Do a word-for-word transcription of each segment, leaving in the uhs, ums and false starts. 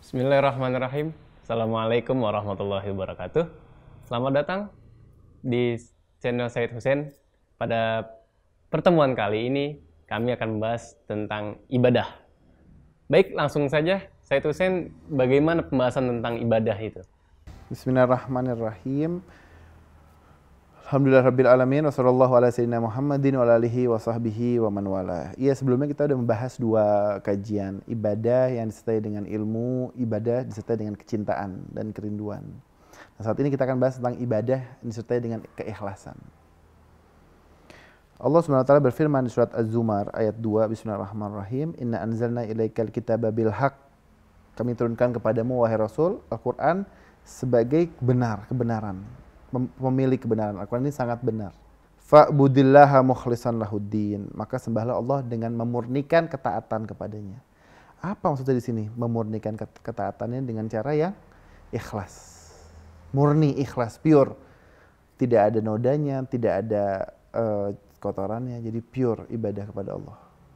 Bismillahirrahmanirrahim. Assalamualaikum warahmatullahi wabarakatuh. Selamat datang di channel Said Hussein. Pada pertemuan kali ini kami akan membahas tentang ibadah. Baik, langsung saja Said Hussein, bagaimana pembahasan tentang ibadah itu? Bismillahirrahmanirrahim. Alhamdulillahirrabbilalamin. Wassallallahu ala sayyidina Muhammadin wa ala alihi wa sahbihi wa man wala. Iya, sebelumnya kita sudah membahas dua kajian. Ibadah yang disertai dengan ilmu, ibadah disertai dengan kecintaan dan kerinduan. Nah, saat ini kita akan bahas tentang ibadah yang disertai dengan keikhlasan. Allah subhanahu wa taala berfirman di surat Az-Zumar ayat dua, Bismillahirrahmanirrahim. Inna anzalna ilaikal kitaba bil haq. Kami turunkan kepadamu wahai Rasul Al-Quran sebagai benar, kebenaran. Pemilik kebenaran. Al-Quran ini sangat benar. Fa'budillaha mukhlisan lahuddin. Maka sembahlah Allah dengan memurnikan ketaatan kepadanya. Apa maksudnya di sini? Memurnikan ketaatannya dengan cara yang ikhlas. Murni, ikhlas, pure. Tidak ada nodanya, tidak ada uh, kotorannya. Jadi pure ibadah kepada Allah.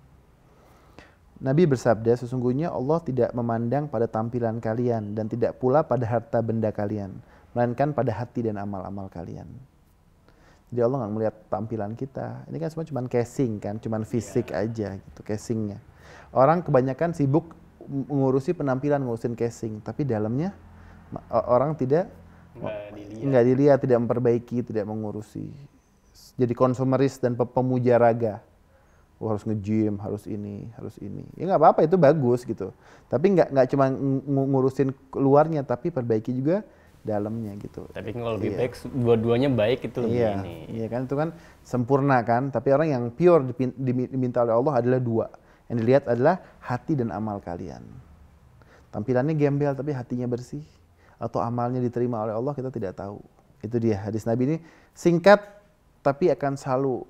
Nabi bersabda, sesungguhnya Allah tidak memandang pada tampilan kalian dan tidak pula pada harta benda kalian, melainkan pada hati dan amal-amal kalian. Jadi Allah nggak melihat tampilan kita. Ini kan semua cuma casing kan, cuma fisik yeah. aja gitu casingnya. Orang kebanyakan sibuk mengurusi penampilan, ngurusin casing, tapi dalamnya orang tidak nggak dilihat. nggak dilihat, tidak memperbaiki, tidak mengurusi. Jadi konsumeris dan pemuja raga. Oh, harus nge-gym, harus ini, harus ini. Ya nggak apa-apa, itu bagus gitu. Tapi nggak nggak cuma ngurusin luarnya, tapi perbaiki juga dalamnya gitu. Tapi kalau lebih iya. baik, dua-duanya baik itu lebih iya, ini. Iya kan, itu kan sempurna kan. Tapi orang yang pure diminta oleh Allah adalah dua. Yang dilihat adalah hati dan amal kalian. Tampilannya gembel tapi hatinya bersih. Atau amalnya diterima oleh Allah, kita tidak tahu. Itu dia hadis Nabi ini singkat tapi akan selalu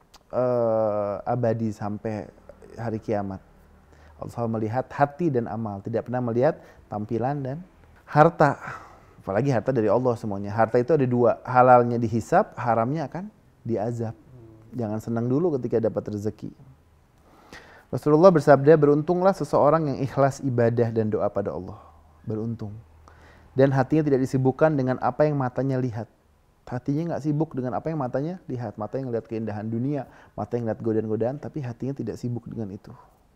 uh, abadi sampai hari kiamat. Allah melihat hati dan amal, tidak pernah melihat tampilan dan harta. Apalagi harta dari Allah semuanya. Harta itu ada dua, halalnya dihisap, haramnya akan diazab. Jangan senang dulu ketika dapat rezeki. Rasulullah bersabda, beruntunglah seseorang yang ikhlas ibadah dan doa pada Allah. Beruntung. Dan hatinya tidak disibukkan dengan apa yang matanya lihat. Hatinya nggak sibuk dengan apa yang matanya lihat. Mata yang lihat keindahan dunia, mata yang lihat godaan-godaan, tapi hatinya tidak sibuk dengan itu.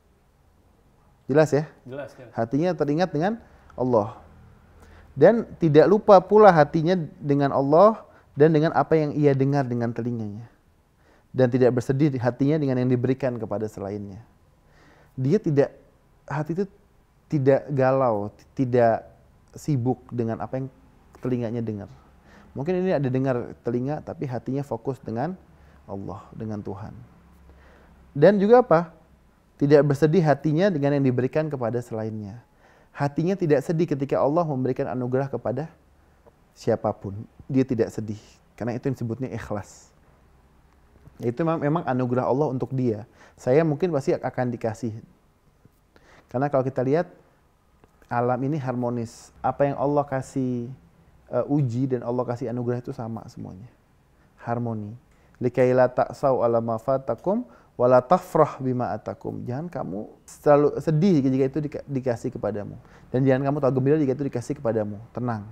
Jelas ya? Jelas, jelas. Hatinya teringat dengan Allah. Dan tidak lupa pula hatinya dengan Allah dan dengan apa yang ia dengar dengan telinganya. Dan tidak bersedih hatinya dengan yang diberikan kepada selainnya. Dia tidak, hati itu tidak galau, tidak sibuk dengan apa yang telinganya dengar. Mungkin ini ada dengar telinga, tapi hatinya fokus dengan Allah, dengan Tuhan. Dan juga apa? Tidak bersedih hatinya dengan yang diberikan kepada selainnya. Hatinya tidak sedih ketika Allah memberikan anugerah kepada siapapun. Dia tidak sedih. Karena itu yang disebutnya ikhlas. Itu memang, memang anugerah Allah untuk dia. Saya mungkin pasti akan dikasih. Karena kalau kita lihat, alam ini harmonis. Apa yang Allah kasih uh, uji dan Allah kasih anugerah itu sama semuanya. Harmoni. Likaila ta'saw ala ma fatakum wala tafrah bima atakum. Jangan kamu selalu sedih jika itu dikasih kepadamu. Dan jangan kamu tahu gembira jika itu dikasih kepadamu. Tenang.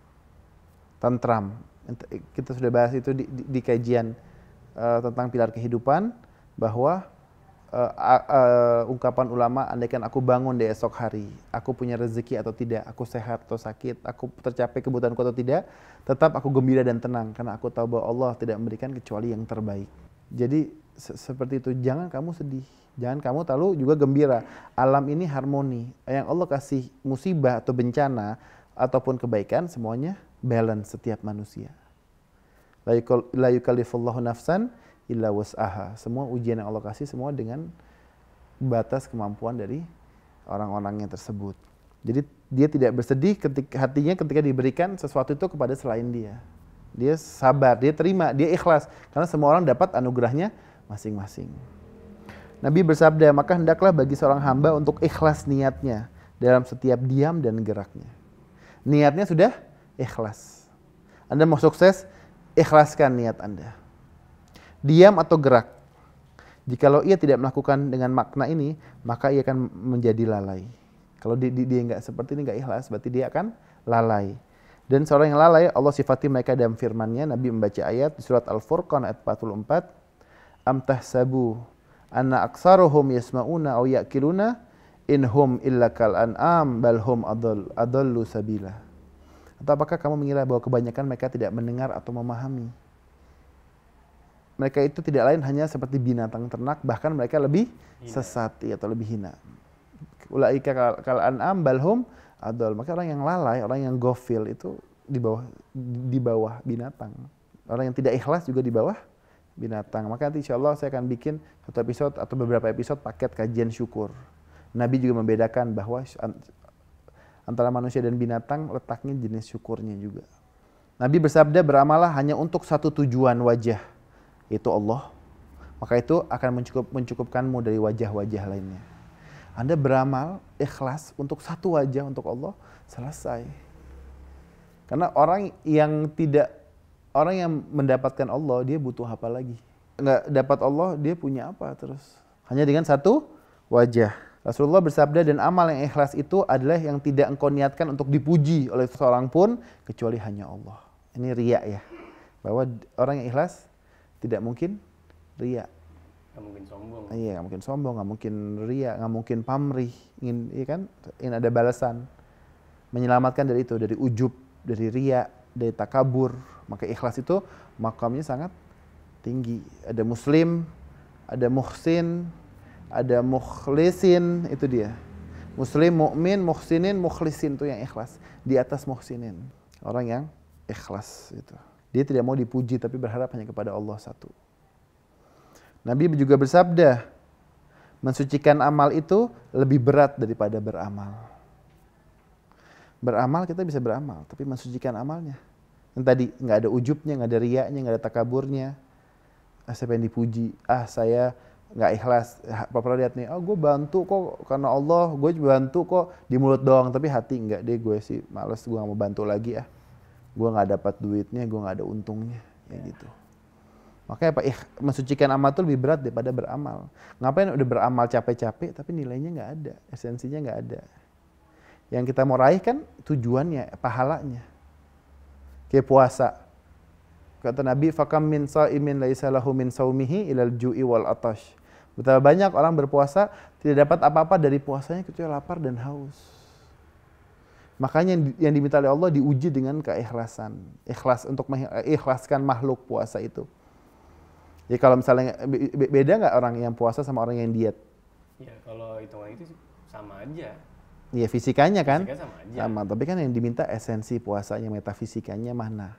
Tentram. Kita sudah bahas itu di, di, di kajian uh, tentang pilar kehidupan. Bahwa uh, uh, uh, ungkapan ulama, andaikan aku bangun di esok hari, aku punya rezeki atau tidak, aku sehat atau sakit, aku tercapai kebutuhanku atau tidak, tetap aku gembira dan tenang. Karena aku tahu bahwa Allah tidak memberikan kecuali yang terbaik. Jadi seperti itu, jangan kamu sedih, jangan kamu terlalu juga gembira. Alam ini harmoni, yang Allah kasih musibah atau bencana ataupun kebaikan, semuanya balance setiap manusia. La yukallifullahu nafsan illa wus'aha. Semua ujian yang Allah kasih semua dengan batas kemampuan dari orang-orangnya tersebut. Jadi dia tidak bersedih ketika hatinya ketika diberikan sesuatu itu kepada selain dia. Dia sabar, dia terima, dia ikhlas. Karena semua orang dapat anugerahnya masing-masing. Nabi bersabda, maka hendaklah bagi seorang hamba untuk ikhlas niatnya dalam setiap diam dan geraknya. Niatnya sudah ikhlas. Anda mau sukses, ikhlaskan niat Anda. Diam atau gerak. Jikalau ia tidak melakukan dengan makna ini, maka ia akan menjadi lalai. Kalau dia, dia nggak seperti ini, nggak ikhlas, berarti dia akan lalai. Dan seorang yang lalai, Allah sifati mereka dalam firman-Nya. Nabi membaca ayat di surat Al-Furqan ayat empat puluh empat. Am tahsabu anna aksaruhum yasma'una aw ya'kiluna inhum illa kal an'am bal hum adall adallu sabila. Atau apakah kamu mengira bahwa kebanyakan mereka tidak mendengar atau memahami? Mereka itu tidak lain hanya seperti binatang ternak, bahkan mereka lebih sesat atau lebih hina. Ulaika kal, kal an'am bal hum adall. Maka orang yang lalai, orang yang gofil itu di bawah di bawah binatang. Orang yang tidak ikhlas juga di bawah binatang. Maka nanti insya Allah saya akan bikin satu episode atau beberapa episode paket kajian syukur. Nabi juga membedakan bahwa antara manusia dan binatang letaknya jenis syukurnya juga. Nabi bersabda, beramalah hanya untuk satu tujuan wajah, yaitu Allah. Maka itu akan mencukup, mencukupkanmu dari wajah-wajah lainnya. Anda beramal ikhlas untuk satu wajah untuk Allah, selesai. Karena orang yang tidak, orang yang mendapatkan Allah, dia butuh apa lagi? Nggak dapat Allah, dia punya apa terus? Hanya dengan satu wajah. Rasulullah bersabda, dan amal yang ikhlas itu adalah yang tidak engkau niatkan untuk dipuji oleh seorang pun, kecuali hanya Allah. Ini riya ya. Bahwa orang yang ikhlas tidak mungkin riya. Nggak mungkin sombong. Iya, nggak mungkin sombong, nggak mungkin riya, nggak mungkin pamrih. Ingin, iya kan? Ingin ada balasan. Menyelamatkan dari itu, dari ujub, dari riya, dari takabur. Maka ikhlas itu makamnya sangat tinggi. Ada muslim, ada muhsin, ada mukhlisin, itu dia. Muslim, mukmin, muhsinin, mukhlisin itu yang ikhlas. Di atas muhsinin. Orang yang ikhlas itu. Dia tidak mau dipuji tapi berharap hanya kepada Allah satu. Nabi juga bersabda, mensucikan amal itu lebih berat daripada beramal. Beramal kita bisa beramal, tapi mensucikan amalnya. Yang tadi nggak ada ujubnya, nggak ada riyanya, nggak ada takaburnya. Ah, saya pengen dipuji, ah saya nggak ikhlas. Papa lihat nih, oh gue bantu kok karena Allah, gue bantu kok di mulut doang, tapi hati nggak deh, gue sih males, gue nggak mau bantu lagi ah. Gue nggak dapat duitnya, gue nggak ada untungnya, ya gitu. Makanya apa? Ikh, mensucikan amal itu lebih berat daripada beramal. Ngapain udah beramal capek-capek, tapi nilainya nggak ada, esensinya nggak ada. Yang kita mau raih kan tujuannya, pahalanya. Kayak puasa. Kata Nabi, fakam min sa'imin laisa lahu min saumihi ilal ju'i wal atash. Betapa banyak orang berpuasa tidak dapat apa-apa dari puasanya kecuali lapar dan haus. Makanya yang diminta oleh Allah diuji dengan keikhlasan. Ikhlas untuk mengikhlaskan makhluk puasa itu. Jadi kalau misalnya beda nggak orang yang puasa sama orang yang diet? Ya kalau hitungan itu sama aja. Iya fisikanya kan? Fisika sama aja. Sama, tapi kan yang diminta esensi puasanya, metafisikanya mana?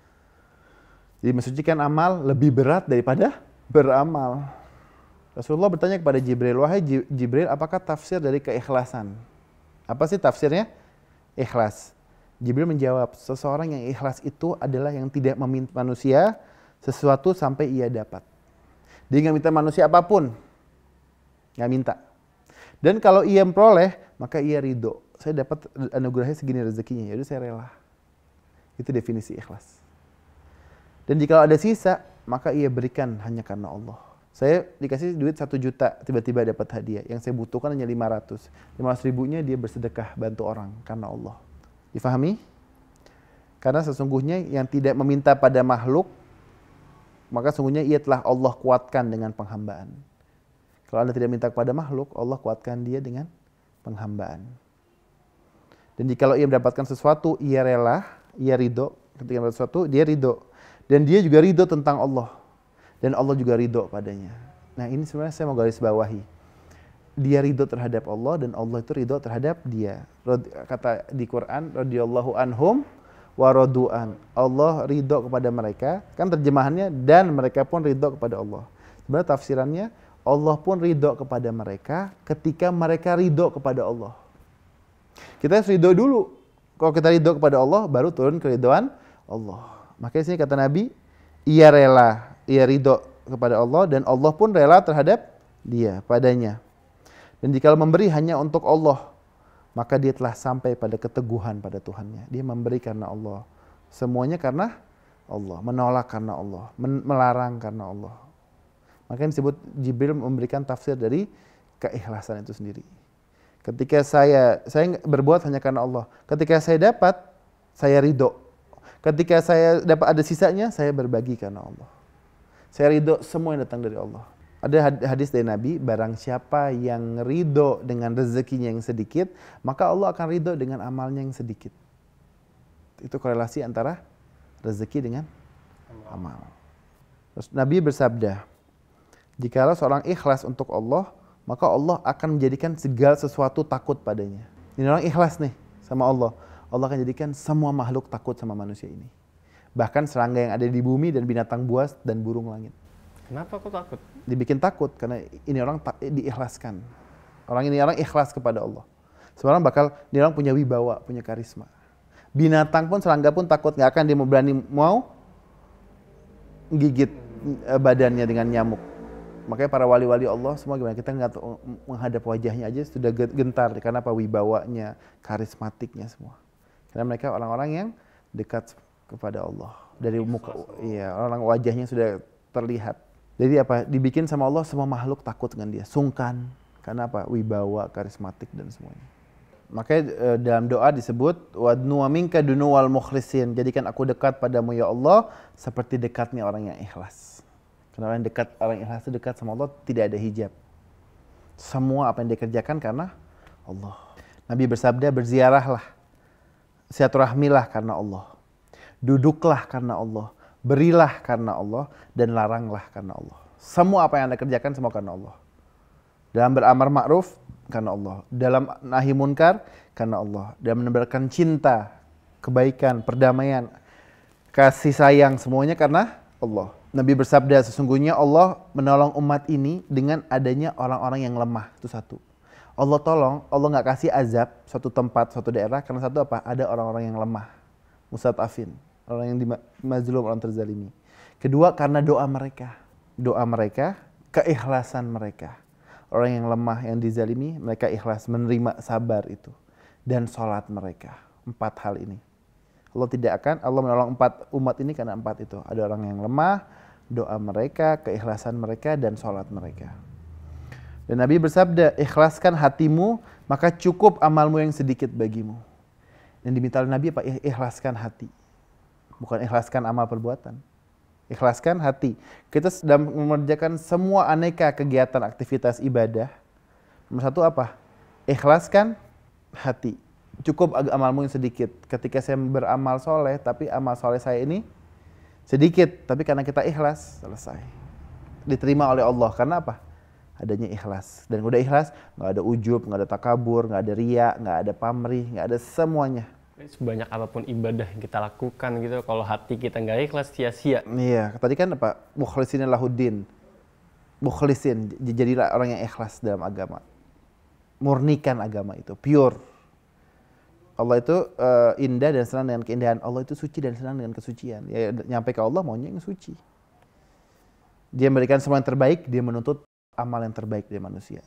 Jadi mensucikan amal lebih berat daripada beramal. Rasulullah bertanya kepada Jibril, wahai Jibril, apakah tafsir dari keikhlasan? Apa sih tafsirnya? Ikhlas. Jibril menjawab, seseorang yang ikhlas itu adalah yang tidak meminta manusia sesuatu sampai ia dapat. Dia nggak minta manusia apapun, nggak minta. Dan kalau ia memperoleh, maka ia ridho. Saya dapat anugerahnya segini rezekinya, yaudah saya rela. Itu definisi ikhlas. Dan jika ada sisa, maka ia berikan hanya karena Allah. Saya dikasih duit satu juta, tiba-tiba dapat hadiah. Yang saya butuhkan hanya lima ratus. lima ratus ribunya dia bersedekah bantu orang karena Allah. Difahami? Karena sesungguhnya yang tidak meminta pada makhluk, maka sesungguhnya ia telah Allah kuatkan dengan penghambaan. Kalau Anda tidak minta kepada makhluk, Allah kuatkan dia dengan penghambaan. Dan jika ia mendapatkan sesuatu, ia rela, ia ridho. Ketika mendapatkan sesuatu, dia ridho. Dan dia juga ridho tentang Allah. Dan Allah juga ridho padanya. Nah ini sebenarnya saya mau garis bawahi. Dia ridho terhadap Allah dan Allah itu ridho terhadap dia. Kata di Quran, radhiyallahu anhum wa radu'an. Allah ridho kepada mereka. Kan terjemahannya, dan mereka pun ridho kepada Allah. Sebenarnya tafsirannya, Allah pun ridho kepada mereka ketika mereka ridho kepada Allah. Kita harus ridho dulu. Kalau kita ridho kepada Allah, baru turun keridhoan Allah. Makanya sini kata Nabi, ia rela, ia ridho kepada Allah dan Allah pun rela terhadap dia, padanya. Dan jika memberi hanya untuk Allah, maka dia telah sampai pada keteguhan pada Tuhannya. Dia memberi karena Allah. Semuanya karena Allah, menolak karena Allah, melarang karena Allah. Makanya disebut Jibril memberikan tafsir dari keikhlasan itu sendiri. Ketika saya saya berbuat hanya karena Allah. Ketika saya dapat, saya ridho. Ketika saya dapat ada sisanya, saya berbagi karena Allah. Saya ridho semua yang datang dari Allah. Ada hadis dari Nabi, barang siapa yang ridho dengan rezekinya yang sedikit, maka Allah akan ridho dengan amalnya yang sedikit. Itu korelasi antara rezeki dengan amal. Terus Nabi bersabda, jikalau seorang ikhlas untuk Allah, maka Allah akan menjadikan segala sesuatu takut padanya. Ini orang ikhlas nih sama Allah. Allah akan jadikan semua makhluk takut sama manusia ini. Bahkan serangga yang ada di bumi dan binatang buas dan burung langit. Kenapa kok takut? Dibikin takut karena ini orang tak, diikhlaskan. Orang ini orang ikhlas kepada Allah. Seorang bakal, ini orang punya wibawa, punya karisma. Binatang pun, serangga pun takut, nggak akan dia mau berani mau gigit badannya dengan nyamuk. Makanya para wali-wali Allah semua gimana, kita nggak menghadap wajahnya aja sudah gentar karena apa, wibawanya, karismatiknya semua. Karena mereka orang-orang yang dekat kepada Allah dari muka, iya, orang wajahnya sudah terlihat. Jadi apa, dibikin sama Allah semua makhluk takut dengan dia, sungkan karena apa, wibawa, karismatik dan semuanya. Makanya eh, dalam doa disebut wadnu minka dunuwal mukhlisin, jadikan aku dekat padamu ya Allah seperti dekatnya orang yang ikhlas. Karena orang yang dekat, orang yang ikhlas itu dekat sama Allah, tidak ada hijab. Semua apa yang dikerjakan karena Allah. Nabi bersabda, berziarahlah, silaturahmilah karena Allah, duduklah karena Allah, berilah karena Allah, dan laranglah karena Allah. Semua apa yang Anda kerjakan semua karena Allah. Dalam beramar ma'ruf karena Allah, dalam nahi munkar karena Allah, dalam menebarkan cinta, kebaikan, perdamaian, kasih sayang, semuanya karena Allah. Nabi bersabda, sesungguhnya Allah menolong umat ini dengan adanya orang-orang yang lemah. Itu satu. Allah tolong, Allah nggak kasih azab suatu tempat, suatu daerah karena satu apa? Ada orang-orang yang lemah, mustad'afin, orang yang dimazlum, orang terzalimi. Kedua, karena doa mereka, doa mereka, keikhlasan mereka. Orang yang lemah, yang dizalimi, mereka ikhlas menerima sabar itu. Dan sholat mereka. Empat hal ini. Allah tidak akan, Allah menolong empat umat ini karena empat itu. Ada orang yang lemah, doa mereka, keikhlasan mereka, dan sholat mereka. Dan Nabi bersabda, ikhlaskan hatimu, maka cukup amalmu yang sedikit bagimu. Yang diminta oleh Nabi apa? Ikhlaskan hati. Bukan ikhlaskan amal perbuatan. Ikhlaskan hati. Kita sedang mengerjakan semua aneka kegiatan aktivitas ibadah. Nomor satu apa? Ikhlaskan hati. Cukup amalmu yang sedikit. Ketika saya beramal soleh, tapi amal soleh saya ini sedikit. Tapi karena kita ikhlas, selesai. Diterima oleh Allah. Karena apa? Adanya ikhlas. Dan udah ikhlas, nggak ada ujub, nggak ada takabur, nggak ada riya, nggak ada pamrih, nggak ada semuanya. Sebanyak apapun ibadah yang kita lakukan gitu, kalau hati kita nggak ikhlas, sia-sia. Iya, tadi kan apa? Mukhlisin lahuddin. Mukhlisin, jadilah orang yang ikhlas dalam agama. Murnikan agama itu, pure. Allah itu uh, indah dan senang dengan keindahan. Allah itu suci dan senang dengan kesucian. Ya, nyampe ke Allah maunya yang suci. Dia memberikan semua yang terbaik, dia menuntut amal yang terbaik dari manusia.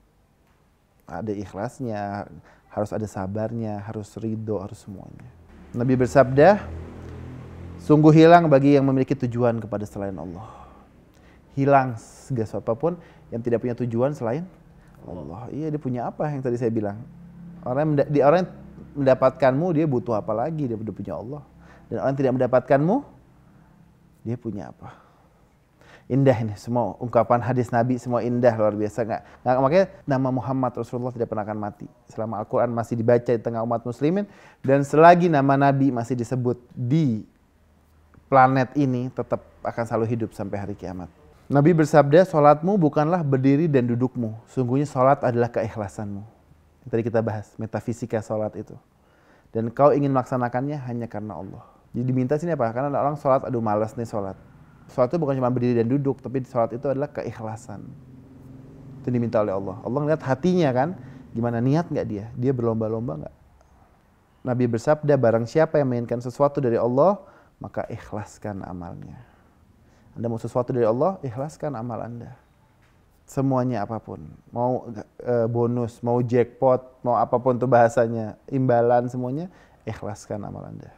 Ada ikhlasnya, harus ada sabarnya, harus ridho, harus semuanya. Nabi bersabda, sungguh hilang bagi yang memiliki tujuan kepada selain Allah. Hilang segala sesuatu apapun yang tidak punya tujuan selain Allah. Iya, dia punya apa yang tadi saya bilang. Orang yang, di, orang yang mendapatkanmu, dia butuh apa lagi? Dia udah punya Allah. Dan orang yang tidak mendapatkanmu, dia punya apa? Indah ini, semua ungkapan hadis Nabi semua indah, luar biasa. Nggak, nggak, makanya nama Muhammad Rasulullah tidak pernah akan mati. Selama Al-Quran masih dibaca di tengah umat muslimin, dan selagi nama Nabi masih disebut di planet ini, tetap akan selalu hidup sampai hari kiamat. Nabi bersabda, sholatmu bukanlah berdiri dan dudukmu. Sungguhnya sholat adalah keikhlasanmu. Yang tadi kita bahas, metafisika sholat itu. Dan kau ingin melaksanakannya hanya karena Allah. Jadi diminta sini apa? Karena orang sholat, aduh malas nih sholat. Sholat itu bukan cuma berdiri dan duduk, tapi sholat itu adalah keikhlasan. Itu diminta oleh Allah. Allah ngeliat hatinya kan, gimana niat nggak dia? Dia berlomba-lomba nggak? Nabi bersabda, barang siapa yang menginginkan sesuatu dari Allah, maka ikhlaskan amalnya. Anda mau sesuatu dari Allah, ikhlaskan amal Anda. Semuanya apapun, mau e, bonus, mau jackpot, mau apapun itu bahasanya, imbalan semuanya, ikhlaskan amal Anda.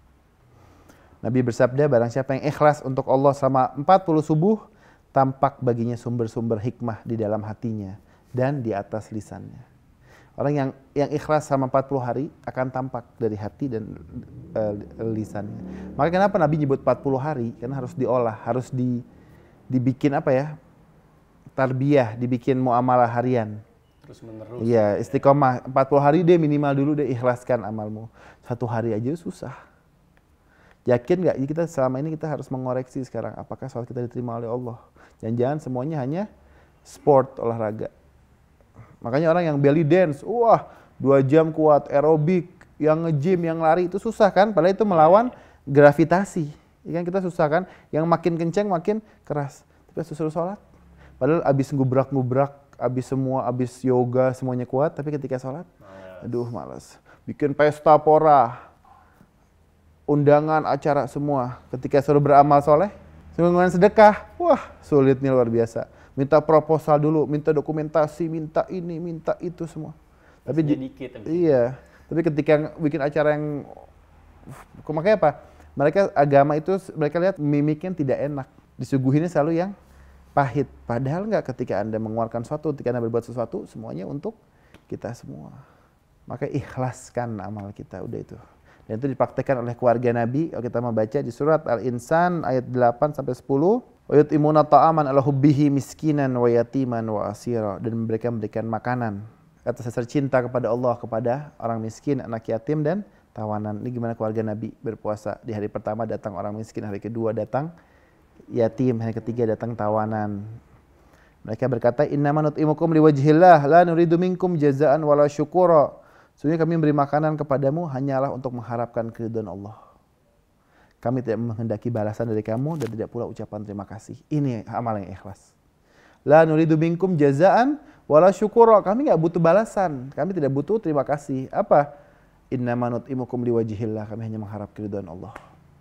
Nabi bersabda, barang siapa yang ikhlas untuk Allah selama empat puluh subuh, tampak baginya sumber-sumber hikmah di dalam hatinya dan di atas lisannya. Orang yang yang ikhlas selama empat puluh hari akan tampak dari hati dan uh, lisannya. Makanya kenapa Nabi nyebut empat puluh hari? Karena harus diolah, harus di dibikin apa ya? Tarbiyah, dibikin muamalah harian. Terus menerus. Iya, istiqomah. empat puluh hari dia minimal dulu dia ikhlaskan amalmu. Satu hari aja susah. Yakin nggak? Kita selama ini kita harus mengoreksi sekarang. Apakah sholat kita diterima oleh Allah? Jangan-jangan semuanya hanya sport, olahraga. Makanya orang yang belly dance, wah dua jam kuat, aerobik, yang nge-gym, yang lari itu susah kan? Padahal itu melawan gravitasi. Ya kan kita susah kan? Yang makin kenceng makin keras. Tapi suruh sholat. Padahal abis ngubrak-ngubrak, abis semua, abis yoga semuanya kuat. Tapi ketika sholat, aduh malas. Bikin pesta pora. Undangan, acara semua. Ketika suruh beramal soleh, sungguhan sedekah, wah sulitnya luar biasa. Minta proposal dulu, minta dokumentasi, minta ini, minta itu semua. Tapi dikit, iya, tapi ketika bikin acara yang, makanya apa? Mereka agama itu mereka lihat mimiknya tidak enak, disuguhinnya selalu yang pahit. Padahal nggak, ketika Anda mengeluarkan sesuatu, ketika Anda berbuat sesuatu, semuanya untuk kita semua. Maka ikhlaskan amal kita, udah itu. Dan itu dipraktekkan oleh keluarga Nabi. Kalau kita membaca di surat Al-Insan ayat delapan sampai sepuluh, wa yut'imuna ta'aman ala hubbihi miskinan wa yatiman wa asira, dan mereka memberikan makanan atas dasar cinta kepada Allah kepada orang miskin, anak yatim dan tawanan. Ini gimana keluarga Nabi berpuasa? Di hari pertama datang orang miskin, hari kedua datang yatim, hari ketiga datang tawanan. Mereka berkata, innama nut'imukum liwajhillah la nuridu minkum jazaan wala syukura. Sebenarnya kami memberi makanan kepadamu hanyalah untuk mengharapkan keridhaan Allah. Kami tidak menghendaki balasan dari kamu dan tidak pula ucapan terima kasih. Ini amal yang ikhlas. La nuridu minkum jazaan wala syukura. Kami nggak butuh balasan. Kami tidak butuh terima kasih. Apa? Innama nut'imukum liwajhillah. Kami hanya mengharap keridhaan Allah.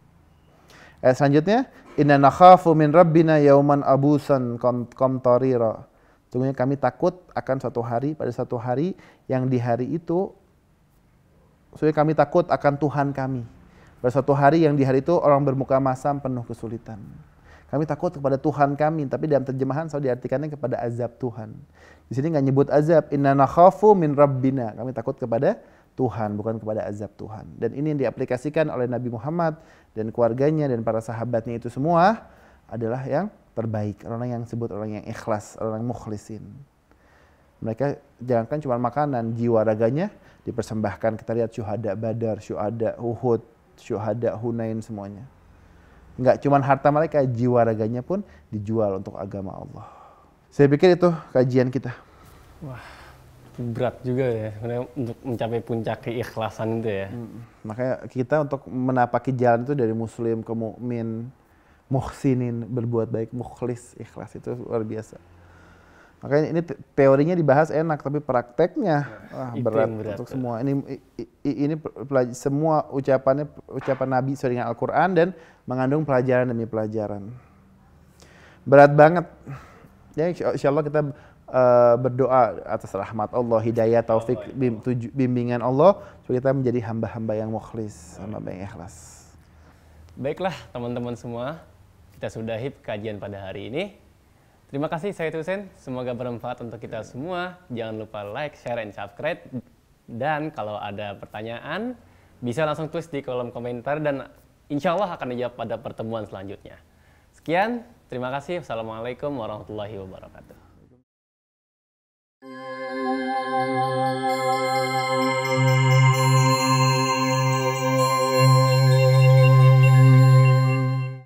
Ayat selanjutnya, inna nakhafu min rabbina yauman abusan qamtarira. Sungguhnya kami takut akan suatu hari, pada suatu hari yang di hari itu, sungguhnya kami takut akan Tuhan kami. Pada suatu hari yang di hari itu orang bermuka masam penuh kesulitan. Kami takut kepada Tuhan kami, tapi dalam terjemahan selalu diartikannya kepada azab Tuhan. Di sini nggak nyebut azab, inna nakhafu min rabbina. Kami takut kepada Tuhan, bukan kepada azab Tuhan. Dan ini yang diaplikasikan oleh Nabi Muhammad dan keluarganya dan para sahabatnya itu semua adalah yang terbaik. Orang yang disebut orang yang ikhlas, orang yang mukhlisin. Mereka jangankan cuma makanan, jiwa raganya dipersembahkan. Kita lihat syuhada Badar, syuhada Uhud, syuhada Hunain semuanya. Enggak cuma harta mereka, jiwa raganya pun dijual untuk agama Allah. Saya pikir itu kajian kita. Wah, berat juga ya sebenarnya untuk mencapai puncak keikhlasan itu ya. Hmm, makanya kita untuk menapaki jalan itu dari muslim ke mukmin, muhsinin, berbuat baik, mukhlis, ikhlas, itu luar biasa. Makanya ini teorinya dibahas enak, tapi prakteknya wah, berat, berat untuk berat. Semua. Ini ini semua ucapannya ucapan Nabi sesuai dengan Al-Qur'an dan mengandung pelajaran demi pelajaran. Berat banget. Ya insyaallah kita uh, berdoa atas rahmat Allah, hidayah, taufik, bim, tuju, bimbingan Allah supaya kita menjadi hamba-hamba yang mukhlis, hamba yang ikhlas. Baiklah teman-teman semua, kita sudahi kajian pada hari ini. Terima kasih Sayyid Hussein, semoga bermanfaat untuk kita semua. Jangan lupa like, share, and subscribe. Dan kalau ada pertanyaan, bisa langsung tulis di kolom komentar dan insya Allah akan dijawab pada pertemuan selanjutnya. Sekian, terima kasih. Wassalamualaikum warahmatullahi wabarakatuh.